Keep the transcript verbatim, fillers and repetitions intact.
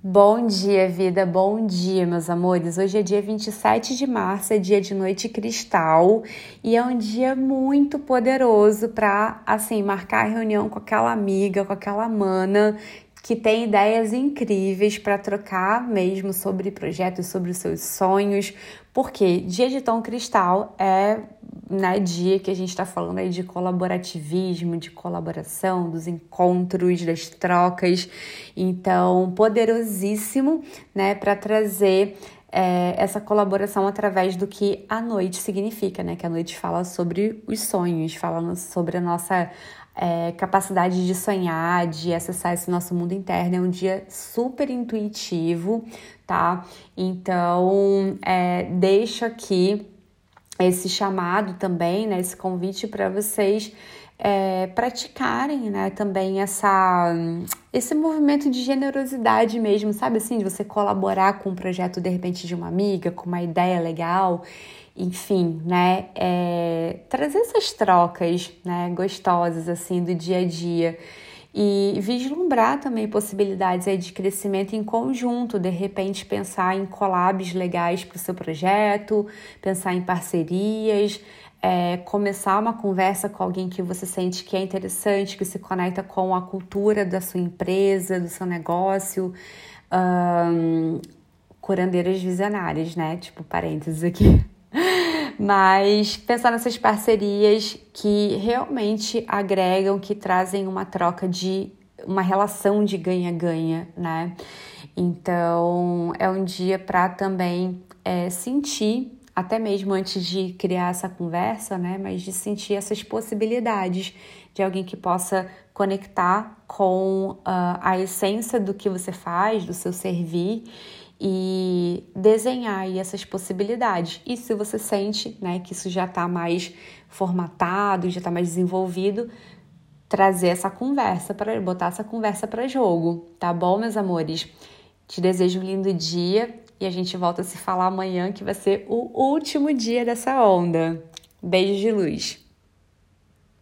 Bom dia, vida, bom dia, meus amores. Hoje é dia vinte e sete de março, é dia de noite cristal e é um dia muito poderoso para, assim, marcar a reunião com aquela amiga, com aquela mana que tem ideias incríveis para trocar mesmo sobre projetos, sobre os seus sonhos, porque dia de tom cristal é, né, dia que a gente está falando aí de colaborativismo, de colaboração, dos encontros, das trocas, então poderosíssimo, né, para trazer é, essa colaboração através do que a noite significa, né, que a noite fala sobre os sonhos, fala sobre a nossa É, capacidade de sonhar, de acessar esse nosso mundo interno. É um dia super intuitivo, tá? Então, é, deixo aqui esse chamado também, né? Esse convite para vocês é, praticarem, né? Também essa, esse movimento de generosidade mesmo, sabe assim? De você colaborar com um projeto, de repente, de uma amiga, com uma ideia legal. Enfim, né, é, trazer essas trocas, né, gostosas, assim, do dia a dia e vislumbrar também possibilidades aí de crescimento em conjunto, de repente pensar em collabs legais para o seu projeto, pensar em parcerias, é, começar uma conversa com alguém que você sente que é interessante, que se conecta com a cultura da sua empresa, do seu negócio, hum, curandeiras visionárias, né, tipo parênteses aqui. Mas pensar nessas parcerias que realmente agregam, que trazem uma troca de uma relação de ganha-ganha, né? Então é um dia para também é, sentir, até mesmo antes de criar essa conversa, né? Mas de sentir essas possibilidades de alguém que possa conectar com uh, a essência do que você faz, do seu servir, e desenhar aí essas possibilidades. E se você sente, né, que isso já está mais formatado, já está mais desenvolvido, trazer essa conversa, para botar essa conversa para jogo, tá bom, meus amores? Te desejo um lindo dia e a gente volta a se falar amanhã, que vai ser o último dia dessa onda. Beijo de luz!